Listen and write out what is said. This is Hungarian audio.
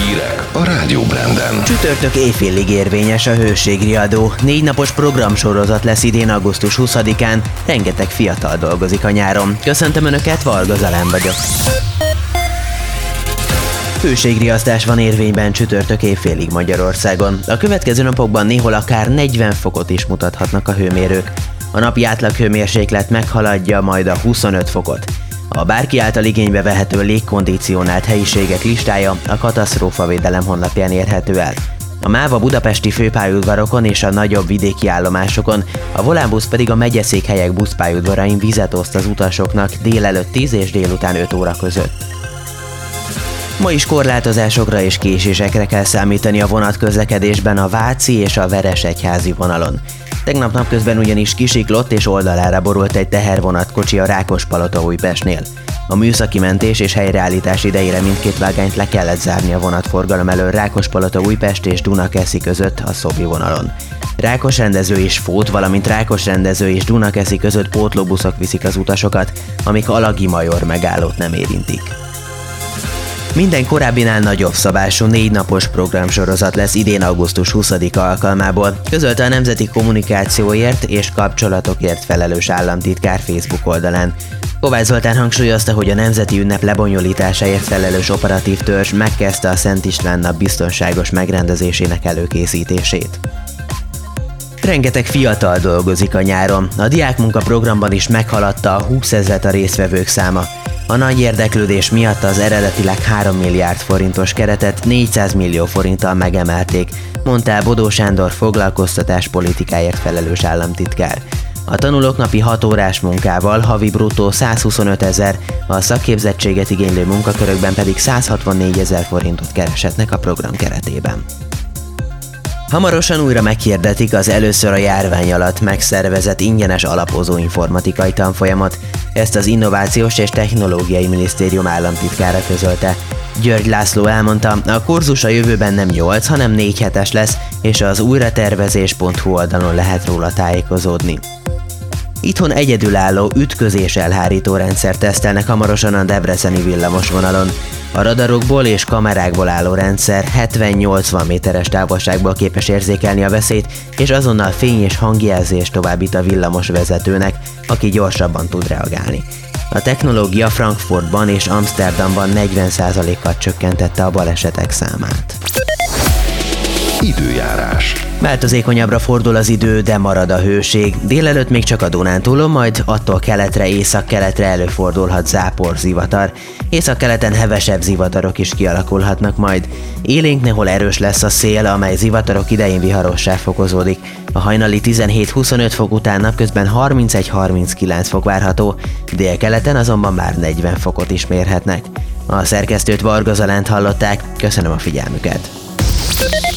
Hírek a Rádió Branden. Csütörtök éjfélig érvényes a hőségriadó. 4 napos programsorozat lesz idén augusztus 20-án. Rengeteg fiatal dolgozik a nyáron. Köszöntöm Önöket, Varga Zalán vagyok. Hőségriasztás van érvényben csütörtök éjfélig Magyarországon. A következő napokban néhol akár 40 fokot is mutathatnak a hőmérők. A napi átlaghőmérséklet meghaladja majd a 25 fokot. A bárki által igénybe vehető légkondicionált helyiségek listája a katasztrófavédelem honlapján érhető el. A MÁV a budapesti főpályaudvarokon és a nagyobb vidéki állomásokon, a Volánbusz pedig a megyeszékhelyek buszpályaudvarain vizet oszt az utasoknak délelőtt 10 és délután 5 óra között. Ma is korlátozásokra és késésekre kell számítani a vonatközlekedésben a Váci és a Veresegyházi vonalon. Tegnap napközben ugyanis kisiklott és oldalára borult egy tehervonatkocsi a Rákospalota-Újpestnél. A műszaki mentés és helyreállítás idejére mindkét vágányt le kellett zárni a vonatforgalom elől Rákospalota-Újpest és Dunakeszi között a Szobi vonalon. Rákosrendező és Fót, valamint Rákosrendező és Dunakeszi között pótlóbuszok viszik az utasokat, amik Alagi Major megállót nem érintik. Minden korábbinál nagyobb szabású 4 napos programsorozat lesz idén augusztus 20-a alkalmából, közölte a Nemzeti Kommunikációért és Kapcsolatokért felelős államtitkár Facebook oldalán. Kovács Zoltán hangsúlyozta, hogy a nemzeti ünnep lebonyolításáért felelős operatív törzs megkezdte a Szent István nap biztonságos megrendezésének előkészítését. Rengeteg fiatal dolgozik a nyáron. A diákmunka programban is meghaladta a 20 000 a résztvevők száma. A nagy érdeklődés miatt az eredetileg 3 milliárd forintos keretet 400 millió forinttal megemelték, mondta el Bodó Sándor foglalkoztatáspolitikáért felelős államtitkár. A tanulók napi 6 órás munkával havi bruttó 125 000, a szakképzettséget igénylő munkakörökben pedig 164 000 forintot kereshetnek a program keretében. Hamarosan újra meghirdetik az először a járvány alatt megszervezett ingyenes alapozó informatikai tanfolyamot, ezt az Innovációs és Technológiai Minisztérium államtitkára közölte. György László elmondta, a kurzus a jövőben nem 8, hanem 4 hetes lesz, és az újratervezés.hu oldalon lehet róla tájékozódni. Itthon egyedülálló ütközés elhárító rendszert tesztelnek hamarosan a debreceni villamosvonalon. A radarokból és kamerákból álló rendszer 70-80 méteres távolságból képes érzékelni a veszélyt, és azonnal fény- és hangjelzést továbbít a villamos vezetőnek, aki gyorsabban tud reagálni. A technológia Frankfurtban és Amsterdamban 40%-kal csökkentette a balesetek számát. Időjárás. Változékonyabbra fordul az idő, de marad a hőség. Délelőtt még csak a Dunántúlon, majd attól keletre, észak-keletre előfordulhat zápor, zivatar. Észak-keleten hevesebb zivatarok is kialakulhatnak majd. Élénk néhol erős lesz a szél, amely zivatarok idején viharossá fokozódik. A hajnali 17-25 fok után napközben 31-39 fok várható, délkeleten azonban már 40 fokot is mérhetnek. A szerkesztőt, Varga Zalánt hallották, köszönöm a figyelmüket.